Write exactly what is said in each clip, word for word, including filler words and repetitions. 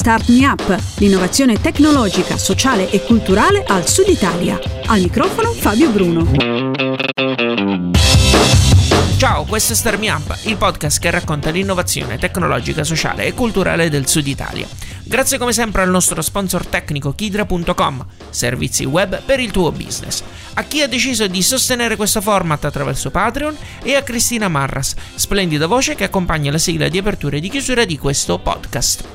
Start Me Up, l'innovazione tecnologica, sociale e culturale al Sud Italia. Al microfono Fabio Bruno. Ciao, questo è Start Me Up, il podcast che racconta l'innovazione tecnologica, sociale e culturale del Sud Italia. Grazie come sempre al nostro sponsor tecnico Kidra punto com, servizi web per il tuo business, a chi ha deciso di sostenere questo format attraverso Patreon e a Cristina Marras, splendida voce che accompagna la sigla di apertura e di chiusura di questo podcast.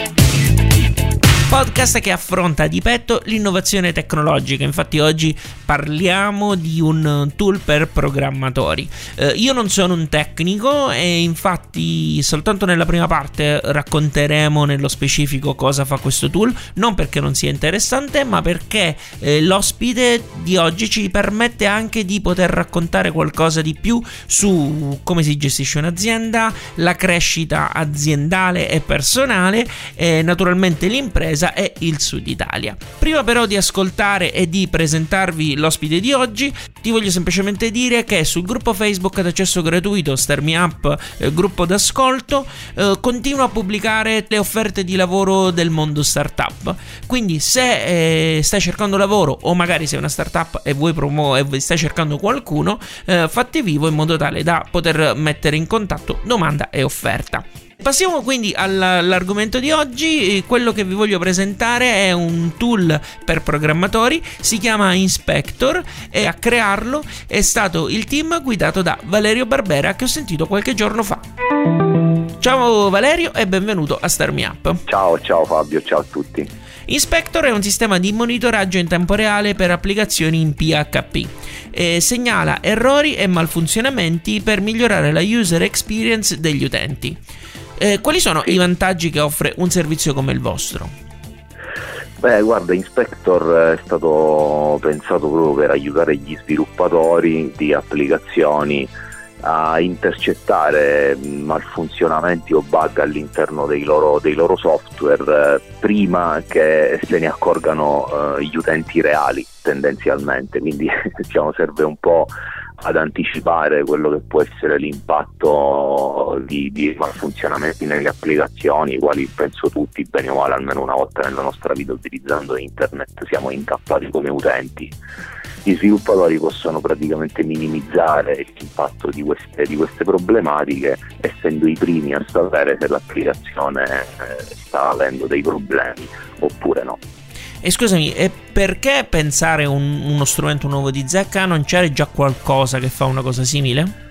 Podcast che affronta di petto l'innovazione tecnologica. Infatti oggi parliamo di un tool per programmatori. Eh, io non sono un tecnico e infatti soltanto nella prima parte racconteremo nello specifico cosa fa questo tool, non perché non sia interessante, ma perché eh, l'ospite di oggi ci permette anche di poter raccontare qualcosa di più su come si gestisce un'azienda, la crescita aziendale e personale e naturalmente l'impresa e il Sud Italia. Prima però di ascoltare e di presentarvi l'ospite di oggi, ti voglio semplicemente dire che sul gruppo Facebook ad accesso gratuito Start Me Up, eh, gruppo d'ascolto, eh, continuo a pubblicare le offerte di lavoro del mondo startup. Quindi se eh, stai cercando lavoro o magari sei una startup e vuoi promuovere e stai cercando qualcuno, eh, fatti vivo in modo tale da poter mettere in contatto domanda e offerta. Passiamo quindi all'argomento di oggi. Quello che vi voglio presentare è un tool per programmatori, si chiama Inspector e a crearlo è stato il team guidato da Valerio Barbera, che ho sentito qualche giorno fa. Ciao Valerio e benvenuto a Start Me Up. Ciao, ciao Fabio, ciao a tutti. Inspector è un sistema di monitoraggio in tempo reale per applicazioni in P H P e segnala errori e malfunzionamenti per migliorare la user experience degli utenti. Eh, quali sono i vantaggi che offre un servizio come il vostro? Beh, guarda, Inspector è stato pensato proprio per aiutare gli sviluppatori di applicazioni a intercettare malfunzionamenti o bug all'interno dei loro, dei loro software eh, prima che se ne accorgano eh, gli utenti reali, tendenzialmente. Quindi diciamo serve un po' ad anticipare quello che può essere l'impatto di, di malfunzionamenti nelle applicazioni, i quali penso tutti, bene o male, almeno una volta nella nostra vita utilizzando internet siamo incappati come utenti. Gli sviluppatori possono praticamente minimizzare l'impatto di queste, di queste problematiche, essendo i primi a sapere se l'applicazione eh, sta avendo dei problemi oppure no. E scusami, e perché pensare un, uno strumento nuovo di zecca? Non c'era già qualcosa che fa una cosa simile?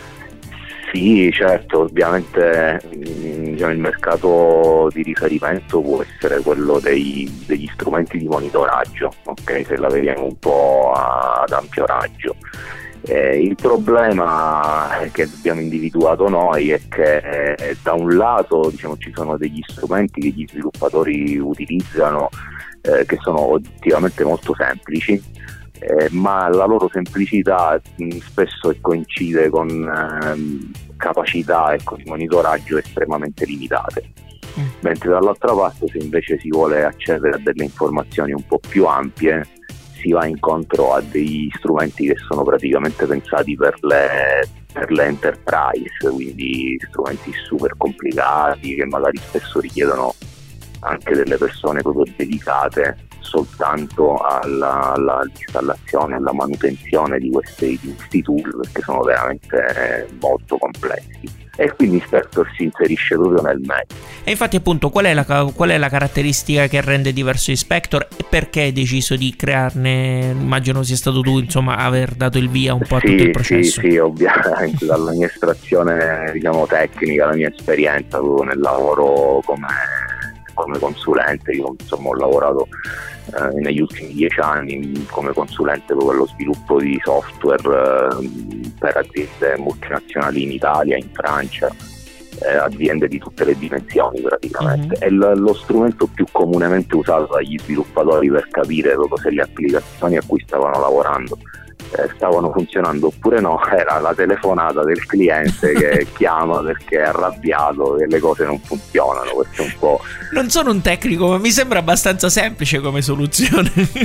Sì, certo, ovviamente diciamo, il mercato di riferimento può essere quello dei, degli strumenti di monitoraggio, ok? Se la vediamo un po' ad ampio raggio. Eh, il problema che abbiamo individuato noi è che eh, da un lato diciamo, ci sono degli strumenti che gli sviluppatori utilizzano eh, che sono oggettivamente molto semplici, eh, ma la loro semplicità mh, spesso coincide con ehm, capacità ecco, di monitoraggio estremamente limitate. Mm. Mentre dall'altra parte, se invece si vuole accedere a delle informazioni un po' più ampie, si va incontro a degli strumenti che sono praticamente pensati per le, per le enterprise, quindi strumenti super complicati che magari spesso richiedono anche delle persone proprio dedicate soltanto alla, all'installazione, alla manutenzione di questi, di questi tool, perché sono veramente molto complessi. E quindi Inspector si inserisce proprio nel mezzo. E infatti appunto qual è la, qual è la caratteristica che rende diverso Inspector e perché hai deciso di crearne? Immagino sia stato tu insomma aver dato il via un po' sì, a tutto il processo. Sì, sì, ovviamente dalla mia estrazione diciamo tecnica, la mia esperienza proprio nel lavoro come, come consulente. Io insomma ho lavorato eh, negli ultimi dieci anni come consulente proprio allo sviluppo di software eh, per aziende multinazionali in Italia, in Francia, eh, aziende di tutte le dimensioni praticamente. Mm-hmm. E lo, lo strumento più comunemente usato dagli sviluppatori per capire proprio se le applicazioni a cui stavano lavorando eh, stavano funzionando oppure no era la telefonata del cliente che chiama perché è arrabbiato che le cose non funzionano. Questo è un po'... Non sono un tecnico, ma mi sembra abbastanza semplice come soluzione.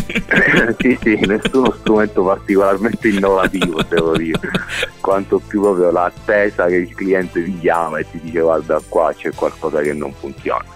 Sì, sì, nessuno strumento particolarmente innovativo, devo dire, quanto più proprio l'attesa che il cliente ti chiama e ti dice guarda qua c'è qualcosa che non funziona.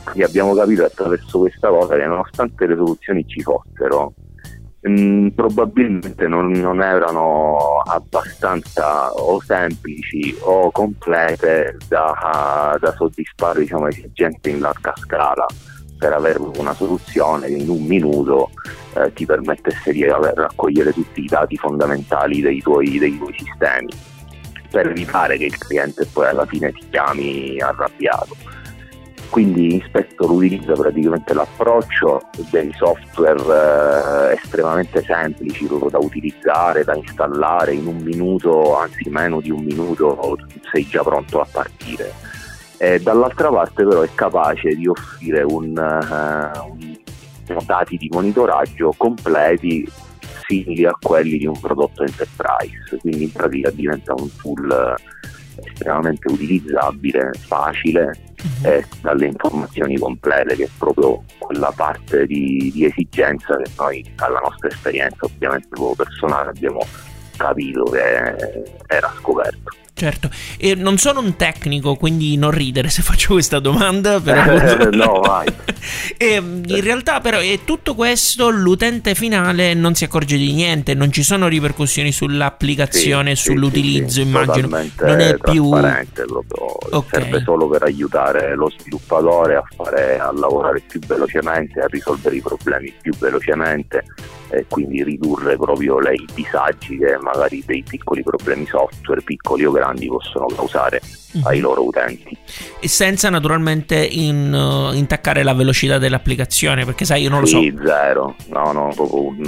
E abbiamo capito attraverso questa cosa che nonostante le soluzioni ci fossero, mh, probabilmente non, non erano abbastanza o semplici o complete da, da soddisfare, diciamo, esigenze in larga scala, per avere una soluzione che in un minuto eh, ti permettesse di aver, raccogliere tutti i dati fondamentali dei tuoi, dei tuoi sistemi, per evitare che il cliente poi alla fine ti chiami arrabbiato. Quindi Inspector utilizza praticamente l'approccio dei software eh, estremamente semplici proprio da utilizzare, da installare in un minuto, anzi meno di un minuto sei già pronto a partire. E dall'altra parte però è capace di offrire un, uh, un dati di monitoraggio completi simili a quelli di un prodotto enterprise, quindi in pratica diventa un tool estremamente utilizzabile, facile, e dalle informazioni complete, che è proprio quella parte di, di esigenza che noi, dalla nostra esperienza ovviamente proprio personale, abbiamo capito che era scoperto. Certo, e non sono un tecnico, quindi non ridere se faccio questa domanda, però no, vai. E in realtà però è tutto questo, l'utente finale non si accorge di niente, non ci sono ripercussioni sull'applicazione, sì, sull'utilizzo, sì, sì, immagino. Non è più proprio, okay. Serve solo per aiutare lo sviluppatore a fare, a lavorare più velocemente, a risolvere i problemi più velocemente, e quindi ridurre proprio le, i disagi che magari dei piccoli problemi software, piccoli o grandi, possono causare ai loro utenti, e senza naturalmente in, uh, intaccare la velocità dell'applicazione, perché sai, io non lo sì, so. Zero, no, no, proprio un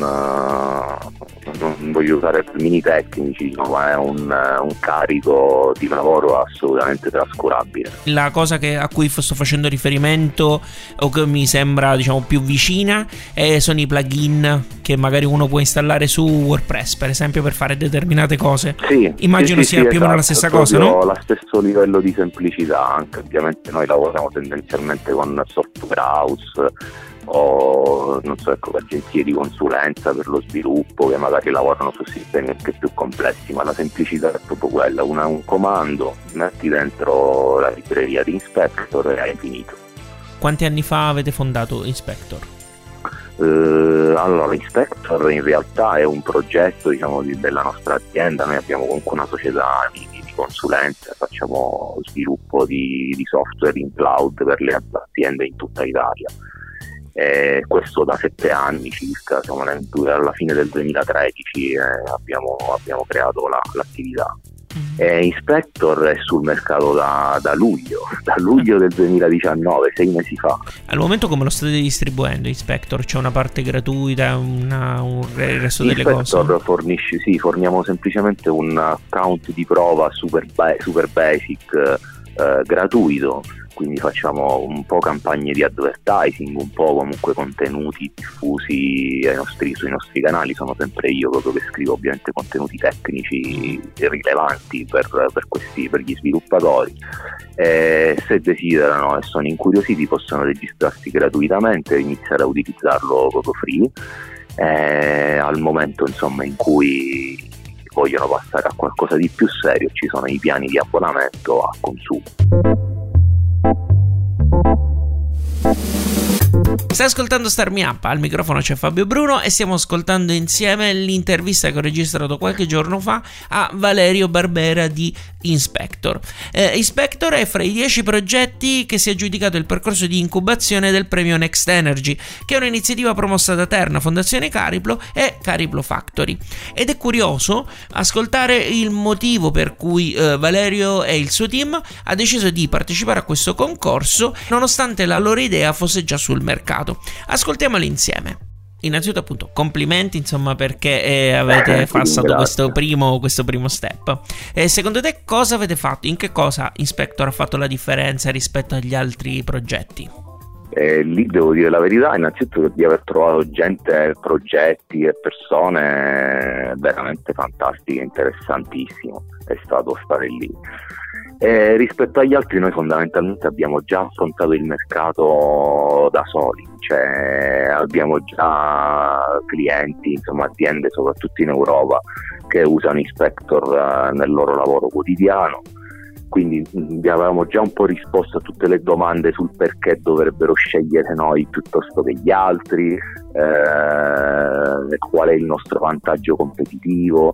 uh, non voglio usare termini tecnici, ma è un, uh, un carico di lavoro assolutamente trascurabile. La cosa che, a cui sto facendo riferimento, o che mi sembra, diciamo, più vicina, è, sono i plugin che magari uno può installare su WordPress, per esempio, per fare determinate cose. Sì, immagino sì, sia sì, più o meno la stessa cosa, no? La stesso livello di semplicità, anche ovviamente noi lavoriamo tendenzialmente con software house o non so, ecco, agenzie di consulenza per lo sviluppo che magari lavorano su sistemi anche più complessi, ma la semplicità è proprio quella: una, un comando, metti dentro la libreria di Inspector e hai finito. Quanti anni fa avete fondato Inspector? Uh, allora, Inspector in realtà è un progetto, diciamo, di, della nostra azienda. Noi abbiamo comunque una società di, di consulenza, facciamo sviluppo di, di software in cloud per le aziende in tutta Italia. E questo da sette anni circa, siamo nel, alla fine del duemilatredici eh, abbiamo, abbiamo creato la, l'attività. E Inspector è sul mercato da, da luglio, da luglio del duemiladiciannove, sei mesi fa. Al momento come lo state distribuendo Inspector? C'è una parte gratuita, una, un, il resto delle Inspector cose? Inspector fornisce, sì, forniamo semplicemente un account di prova super, super basic, eh, gratuito. Quindi facciamo un po' campagne di advertising, un po' comunque contenuti diffusi ai nostri, sui nostri canali. Sono sempre io proprio che scrivo ovviamente contenuti tecnici rilevanti per, per, questi, per gli sviluppatori. E se desiderano e sono incuriositi possono registrarsi gratuitamente e iniziare a utilizzarlo proprio free. E al momento, insomma, in cui vogliono passare a qualcosa di più serio, ci sono i piani di abbonamento a consumo. Stai ascoltando Start Me Up, al microfono c'è Fabio Bruno e stiamo ascoltando insieme l'intervista che ho registrato qualche giorno fa a Valerio Barbera di Inspector. Eh, Inspector è fra i dieci progetti che si è aggiudicato il percorso di incubazione del premio Next Energy, che è un'iniziativa promossa da Terna, Fondazione Cariplo e Cariplo Factory. Ed è curioso ascoltare il motivo per cui eh, Valerio e il suo team ha deciso di partecipare a questo concorso nonostante la loro idea fosse già sul mercato. Ascoltiamoli insieme. Innanzitutto, appunto, complimenti, insomma, perché eh, avete passato questo primo, questo primo step. E secondo te cosa avete fatto? In che cosa Inspector ha fatto la differenza rispetto agli altri progetti? Eh, lì devo dire la verità, innanzitutto di aver trovato gente, progetti e persone veramente fantastiche, interessantissimo è stato stare lì. Eh, rispetto agli altri noi fondamentalmente abbiamo già affrontato il mercato da soli, cioè abbiamo già clienti, insomma aziende soprattutto in Europa che usano Inspector eh, nel loro lavoro quotidiano. quindi vi avevamo già un po' risposto a tutte le domande sul perché dovrebbero scegliere noi piuttosto che gli altri, eh, qual è il nostro vantaggio competitivo,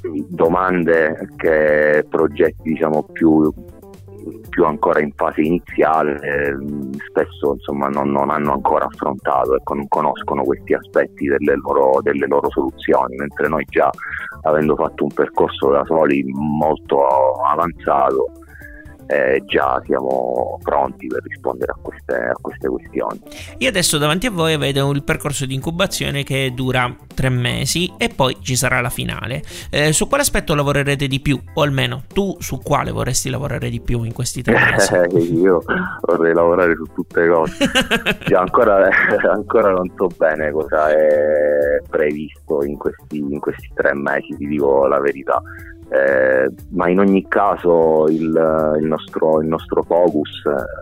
domande che progetti diciamo più più ancora in fase iniziale eh, spesso insomma non, non hanno ancora affrontato, ecco, non conoscono questi aspetti delle loro, delle loro soluzioni, mentre noi già avendo fatto un percorso da soli molto avanzato eh, già siamo pronti per rispondere a queste, a queste questioni. Io adesso davanti a voi avete il percorso di incubazione che dura tre mesi e poi ci sarà la finale. Eh, su quale aspetto lavorerete di più? O almeno tu su quale vorresti lavorare di più in questi tre mesi? Io vorrei lavorare su tutte le cose. Già, ancora, ancora non so bene cosa è previsto in questi, in questi tre mesi, ti dico la verità. Eh, ma in ogni caso il, il, nostro, il nostro focus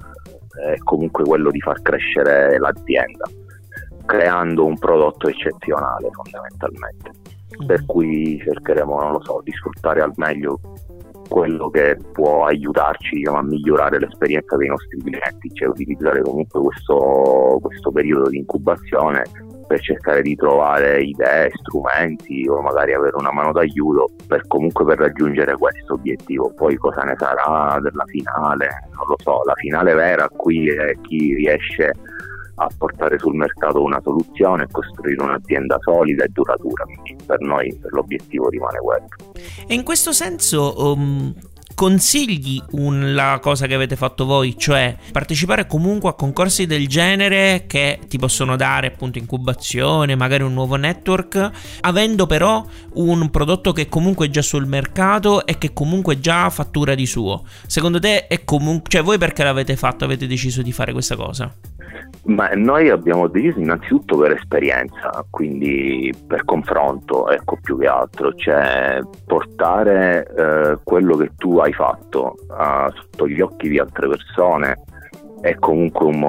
è comunque quello di far crescere l'azienda, creando un prodotto eccezionale fondamentalmente, mm. per cui cercheremo, non lo so, di sfruttare al meglio quello che può aiutarci, diciamo, a migliorare l'esperienza dei nostri clienti, cioè utilizzare comunque questo, questo periodo di incubazione per cercare di trovare idee, strumenti o magari avere una mano d'aiuto per comunque per raggiungere questo obiettivo. Poi cosa ne sarà della finale, non lo so. La finale vera qui è chi riesce a portare sul mercato una soluzione e costruire un'azienda solida e duratura, quindi per noi l'obiettivo rimane quello. E in questo senso um... consigli un, la cosa che avete fatto voi, cioè partecipare comunque a concorsi del genere che ti possono dare appunto incubazione, magari un nuovo network, avendo però un prodotto che comunque è già sul mercato e che comunque già fattura di suo. Secondo te è comunque, cioè voi perché l'avete fatto, avete deciso di fare questa cosa? Ma noi abbiamo deciso innanzitutto per esperienza, quindi per confronto, ecco, più che altro, cioè portare eh, quello che tu hai fatto uh, sotto gli occhi di altre persone è comunque un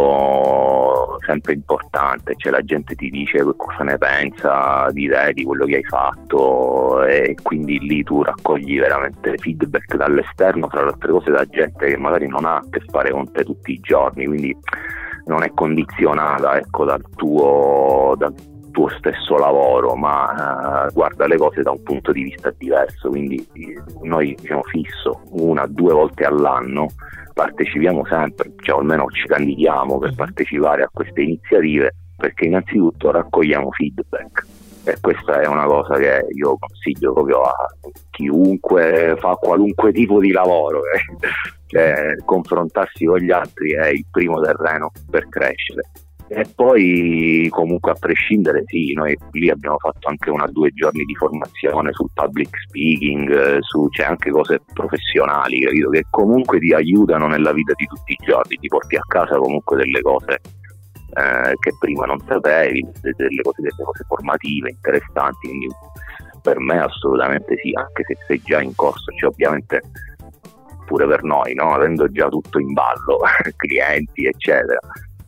momento sempre importante, cioè la gente ti dice cosa ne pensa di te, di quello che hai fatto, e quindi lì tu raccogli veramente feedback dall'esterno, tra le altre cose da gente che magari non ha a che fare con te tutti i giorni, quindi non è condizionata, ecco, dal tuo, dal tuo stesso lavoro, ma uh, guarda le cose da un punto di vista diverso. Quindi noi, diciamo, fisso una due volte all'anno partecipiamo sempre, cioè almeno ci candidiamo per partecipare a queste iniziative, perché innanzitutto raccogliamo feedback, e questa è una cosa che io consiglio proprio a chiunque fa qualunque tipo di lavoro, eh. Cioè, confrontarsi con gli altri è il primo terreno per crescere. E poi comunque a prescindere, sì, noi lì abbiamo fatto anche una due giorni di formazione sul public speaking, su c'è cioè anche cose professionali, capito, che comunque ti aiutano nella vita di tutti i giorni, ti porti a casa comunque delle cose eh, che prima non sapevi, delle cose, delle cose formative interessanti, quindi per me assolutamente sì, anche se sei già in corso, cioè ovviamente pure per noi, no? Avendo già tutto in ballo, clienti eccetera,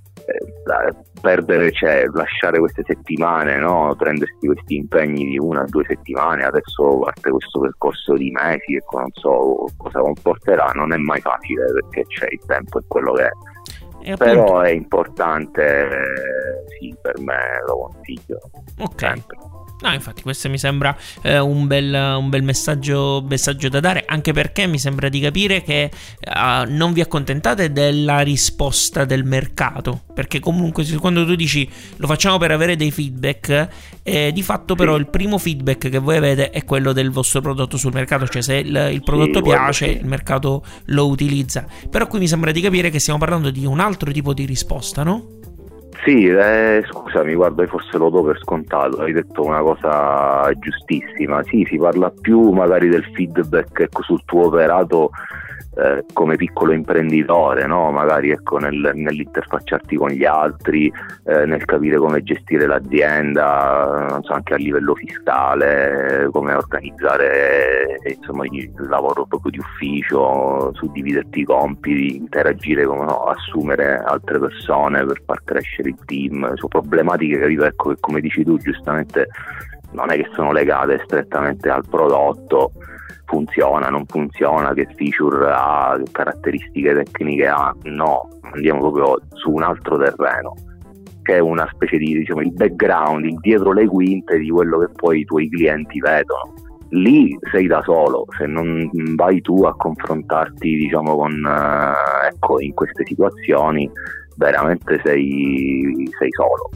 eh, perdere, cioè lasciare queste settimane, no? Prendersi questi impegni di una o due settimane, adesso parte questo percorso di mesi e non so cosa comporterà, non è mai facile perché c'è il tempo, è quello che è, però è importante, sì, per me lo consiglio. Ok. Sempre. No, infatti questo mi sembra eh, un bel, un bel messaggio, messaggio da dare, anche perché mi sembra di capire che uh, non vi accontentate della risposta del mercato, perché comunque quando tu dici lo facciamo per avere dei feedback, eh, di fatto però sì. Il primo feedback che voi avete è quello del vostro prodotto sul mercato, cioè se il, il prodotto sì, piace sì. Il mercato lo utilizza, però qui mi sembra di capire che stiamo parlando di un altro tipo di risposta, no? Sì, eh, scusami, guarda, forse lo do per scontato, hai detto una cosa giustissima. Sì, si parla più magari del feedback, ecco, sul tuo operato eh, come piccolo imprenditore, no? Magari, ecco, nel, nell'interfacciarti con gli altri, eh, nel capire come gestire l'azienda, non so, anche a livello fiscale, come organizzare, insomma, il lavoro proprio di ufficio, suddividerti i compiti, interagire, come no, assumere altre persone per far crescere il team, su problematiche, capito, ecco, che come dici tu giustamente non è che sono legate strettamente al prodotto, funziona, non funziona, che feature ha, che caratteristiche tecniche ha. No, andiamo proprio su un altro terreno, che è una specie di, diciamo, il background, il dietro le quinte di quello che poi i tuoi clienti vedono. Lì sei da solo, se non vai tu a confrontarti, diciamo, con eh, ecco, in queste situazioni veramente sei, sei solo.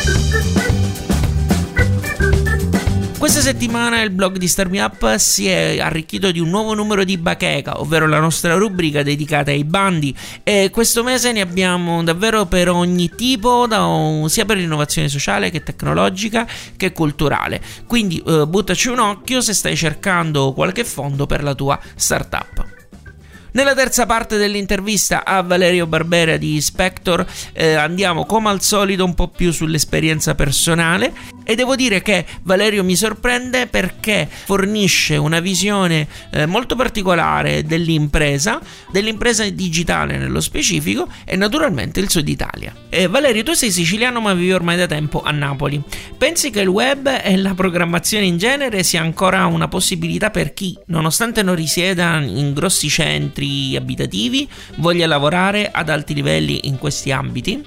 Questa settimana il blog di Start Me Up si è arricchito di un nuovo numero di Bacheca, ovvero la nostra rubrica dedicata ai bandi, e questo mese ne abbiamo davvero per ogni tipo, da, sia per l'innovazione sociale che tecnologica che culturale. Quindi eh, buttaci un occhio se stai cercando qualche fondo per la tua startup. Nella terza parte dell'intervista a Valerio Barbera di Spector eh, andiamo come al solito un po' più sull'esperienza personale, e devo dire che Valerio mi sorprende perché fornisce una visione eh, molto particolare dell'impresa, dell'impresa digitale nello specifico, e naturalmente il Sud Italia. Eh, Valerio, tu sei siciliano ma vivi ormai da tempo a Napoli. Pensi che il web e la programmazione in genere sia ancora una possibilità per chi, nonostante non risieda in grossi centri abitativi, voglia lavorare ad alti livelli in questi ambiti?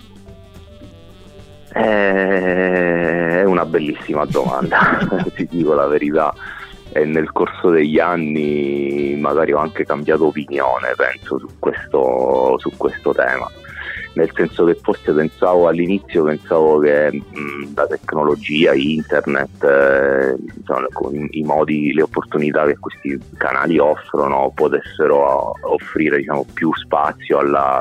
È una bellissima domanda, ti dico la verità, e nel corso degli anni magari ho anche cambiato opinione, penso, su questo, su questo tema, nel senso che forse pensavo all'inizio pensavo che mh, la tecnologia, internet, eh, insomma, i, i modi, le opportunità che questi canali offrono potessero offrire, diciamo, più spazio alla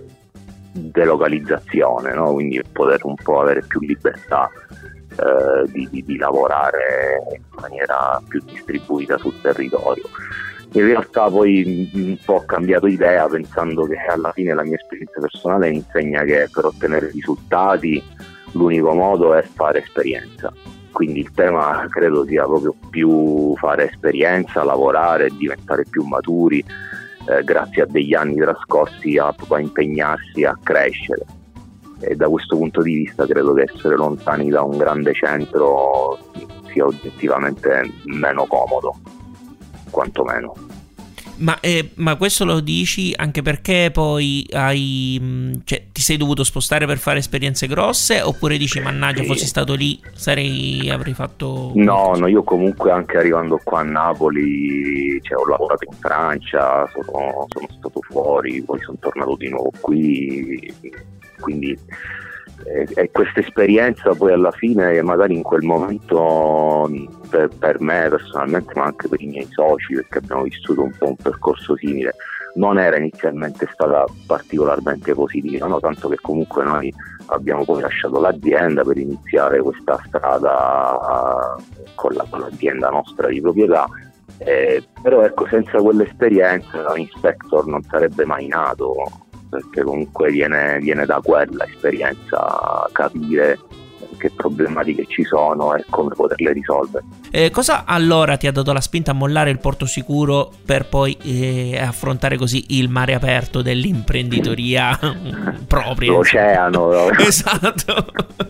delocalizzazione, no? Quindi poter un po' avere più libertà eh, di, di, di lavorare in maniera più distribuita sul territorio. In realtà poi un po' ho cambiato idea, pensando che alla fine la mia esperienza personale mi insegna che per ottenere risultati l'unico modo è fare esperienza. Quindi il tema credo sia proprio più fare esperienza, lavorare, diventare più maturi, eh, grazie a degli anni trascorsi a, a impegnarsi a crescere. E da questo punto di vista credo che essere lontani da un grande centro sia oggettivamente meno comodo, quantomeno. Ma, eh, ma questo lo dici anche perché poi hai, cioè, ti sei dovuto spostare per fare esperienze grosse, oppure dici mannaggia, sì, fossi stato lì sarei avrei fatto... No, no, io comunque anche arrivando qua a Napoli, cioè, ho lavorato in Francia, sono, sono stato fuori, poi sono tornato di nuovo qui, quindi e, e questa esperienza poi alla fine magari in quel momento per, per me personalmente, ma anche per i miei soci, perché abbiamo vissuto un po' un percorso simile, non era inizialmente stata particolarmente positiva, no? Tanto che comunque noi abbiamo poi lasciato l'azienda per iniziare questa strada con, la, con l'azienda nostra di proprietà, eh, però ecco, senza quell'esperienza Inspector non sarebbe mai nato, perché comunque viene, viene da quella esperienza capire che problematiche ci sono e come poterle risolvere. Eh, cosa allora ti ha dato la spinta a mollare il porto sicuro per poi eh, affrontare così il mare aperto dell'imprenditoria propria? L'oceano. No? Esatto.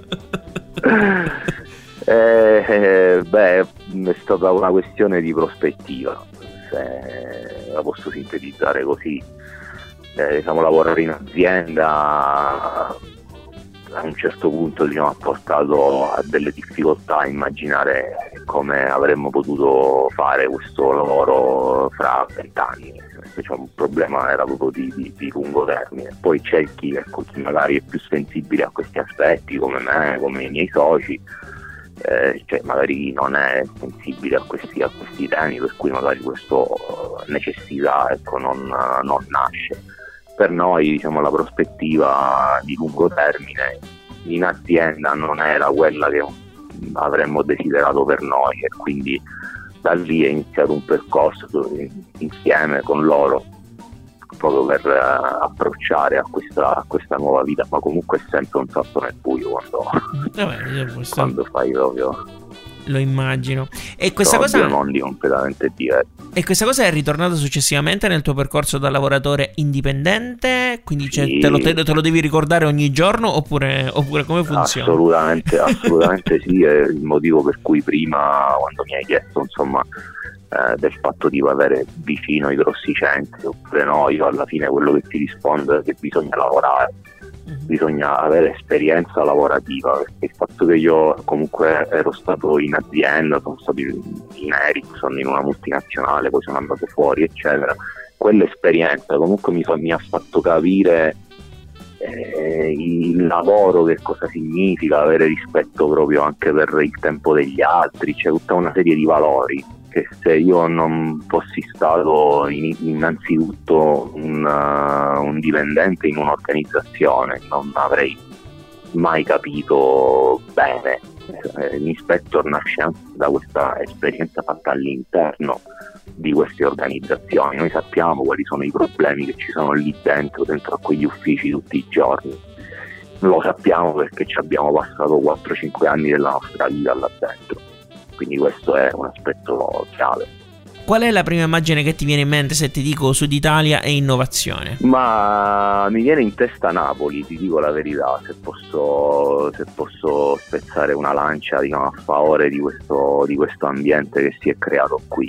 eh, eh, beh, è stata una questione di prospettiva, se la posso sintetizzare così. Eh, diciamo, lavorare in azienda a un certo punto, diciamo, ha portato a delle difficoltà a immaginare come avremmo potuto fare questo lavoro fra vent'anni. Diciamo, un problema era proprio di, di, di lungo termine. Poi c'è chi, ecco, chi magari è più sensibile a questi aspetti, come me, come i miei soci, eh, cioè magari non è sensibile a questi, a questi temi, per cui magari questa necessità, ecco, non, non nasce. Per noi, diciamo, la prospettiva di lungo termine in azienda non era quella che avremmo desiderato per noi, e quindi da lì è iniziato un percorso insieme con loro proprio per uh, approcciare a questa, a questa nuova vita, ma comunque è sempre un salto nel buio quando, Vabbè, questo... quando fai proprio... Lo immagino. E questa Sono cosa due mondi completamente diversi. E questa cosa è ritornata successivamente nel tuo percorso da lavoratore indipendente? Quindi, cioè, sì. te, lo, te, te lo devi ricordare ogni giorno, oppure, oppure come funziona? Assolutamente, assolutamente sì. È il motivo per cui prima, quando mi hai chiesto insomma eh, del fatto di avere vicino i grossi centri oppure no. Io alla fine quello che ti rispondo è che bisogna lavorare, bisogna avere esperienza lavorativa, perché il fatto che io comunque ero stato in azienda, sono stato in, in Ericsson, in una multinazionale, poi sono andato fuori eccetera, quell'esperienza comunque mi, fa, mi ha fatto capire eh, il lavoro, che cosa significa, avere rispetto proprio anche per il tempo degli altri, c'è tutta una serie di valori che se io non fossi stato in, innanzitutto un, uh, un dipendente in un'organizzazione non avrei mai capito bene. L'Inspector nasce anche da questa esperienza fatta all'interno di queste organizzazioni. Noi sappiamo quali sono i problemi che ci sono lì dentro, dentro a quegli uffici tutti i giorni. Lo sappiamo perché ci abbiamo passato quattro cinque anni della nostra vita là dentro. Quindi questo è un aspetto chiave. Qual è la prima immagine che ti viene in mente se ti dico Sud Italia e innovazione? Ma mi viene in testa Napoli, ti dico la verità, se posso, se posso spezzare una lancia, diciamo, a favore di questo, di questo ambiente che si è creato qui.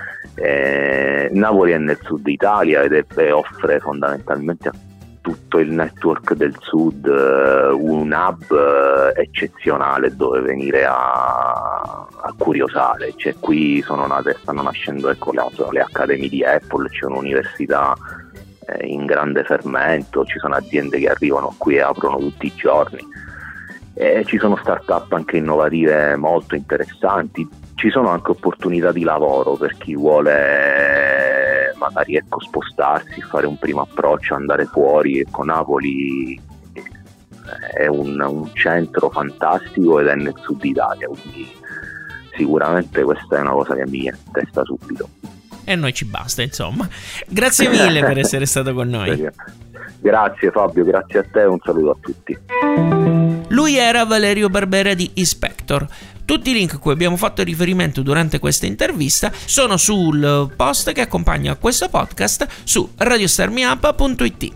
Eh, Napoli è nel Sud Italia ed è, offre fondamentalmente a tutto il network del Sud uh, un hub uh, eccezionale dove venire a, a curiosare. Cioè, qui sono nate, stanno nascendo ecco, le, le accademie di Apple, c'è un'università eh, in grande fermento, ci sono aziende che arrivano qui e aprono tutti i giorni, e ci sono start-up anche innovative molto interessanti, ci sono anche opportunità di lavoro per chi vuole magari ecco, spostarsi, fare un primo approccio, andare fuori. Ecco, Napoli è un, un centro fantastico ed è nel Sud Italia, quindi sicuramente questa è una cosa che mi viene in testa subito. E a noi ci basta, insomma. Grazie mille per essere stato con noi. Grazie Fabio, grazie a te, un saluto a tutti. Lui era Valerio Barbera di Inspector. Tutti i link a cui abbiamo fatto riferimento durante questa intervista sono sul post che accompagna questo podcast su radio star me up punto it.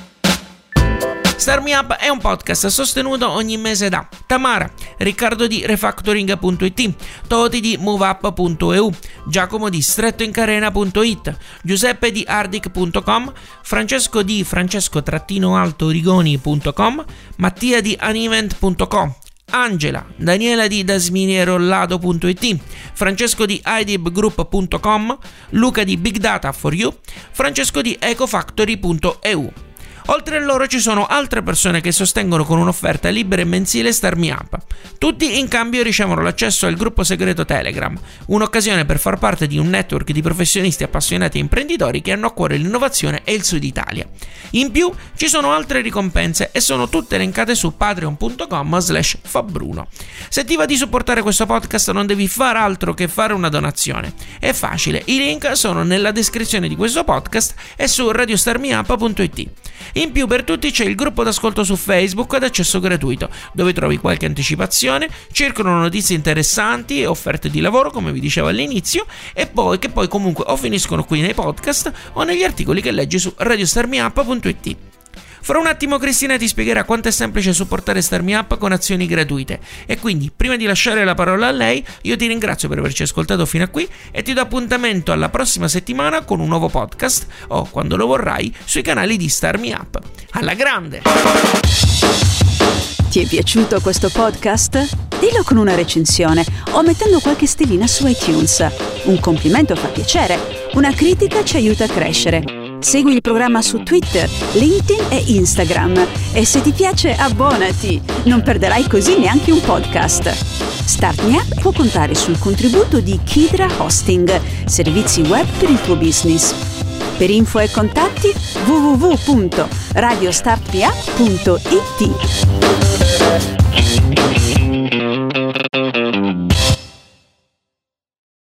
Start Me Up è un podcast sostenuto ogni mese da Tamara, Riccardo di refactoring punto it, Toti di moveup punto e u, Giacomo di strettoincarena punto it, Giuseppe di ardic punto com, Francesco di francesco-altorigoni punto com, Mattia di animent punto com, Angela, Daniela di dasminierolado punto it, Francesco di idibgroup punto com, Luca di Big Data for You, Francesco di ecofactory punto e u. Oltre a loro ci sono altre persone che sostengono con un'offerta libera e mensile Start Me Up. Tutti in cambio ricevono l'accesso al gruppo segreto Telegram, un'occasione per far parte di un network di professionisti appassionati e imprenditori che hanno a cuore l'innovazione e il Sud Italia. In più ci sono altre ricompense e sono tutte elencate su patreon punto com slash fabbruno. Se ti va di supportare questo podcast non devi far altro che fare una donazione. È facile, i link sono nella descrizione di questo podcast e su radio star me up punto it. In più per tutti c'è il gruppo d'ascolto su Facebook ad accesso gratuito, dove trovi qualche anticipazione, circolano notizie interessanti e offerte di lavoro come vi dicevo all'inizio, e poi che poi comunque o finiscono qui nei podcast o negli articoli che leggi su radio star me up punto it. Fra un attimo Cristina ti spiegherà quanto è semplice supportare Start Me Up con azioni gratuite, e quindi prima di lasciare la parola a lei io ti ringrazio per averci ascoltato fino a qui e ti do appuntamento alla prossima settimana con un nuovo podcast o, quando lo vorrai, sui canali di Start Me Up. Alla grande! Ti è piaciuto questo podcast? Dillo con una recensione o mettendo qualche stellina su iTunes. Un complimento fa piacere, una critica ci aiuta a crescere. Segui il programma su Twitter, LinkedIn e Instagram. E se ti piace, abbonati. Non perderai così neanche un podcast. Start Me Up può contare sul contributo di Kidra Hosting, servizi web per il tuo business. Per info e contatti w w w punto radio start me up punto it.